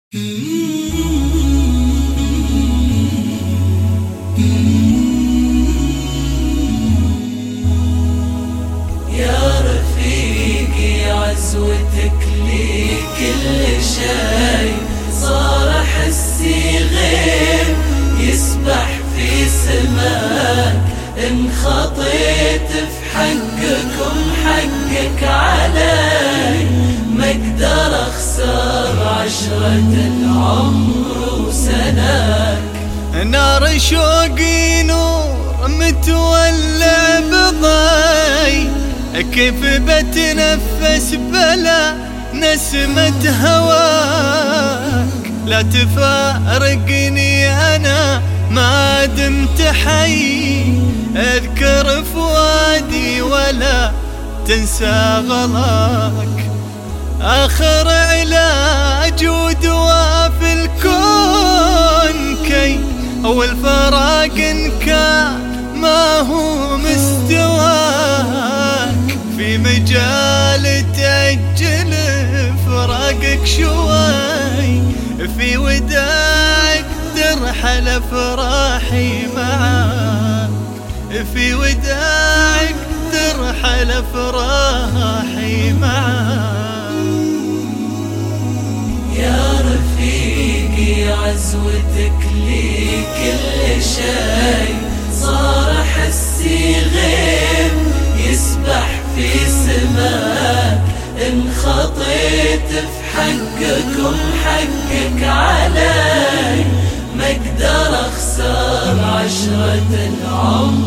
يا رفيقي عزوتك لي كل شي، صار حسي غير يسبح في سماك. إن خطيت في حقكم حقك علي، ما اقدر اخسر عشرة العمر وسناك. نار شوقي نور متولع بضي، كيف بتنفس بلا نسمة هواك. لا تفارقني أنا ما دمت حي، اذكر فؤادي ولا تنسى غلاك. آخر علاج ودواء في الكون كي والفراق إن كان ما هو مستواك. في مجال تأجل فراقك شوي، في وداعك ترحل أفراحي معاك. في وداعك ترحل أفراحي معاك. يا رفيقي عزوتك لي كل شي، صار حسي غير يسبح في سماك. إن خطيت في حقكم حقك علي، ما اقدر اخسر عشرة العمر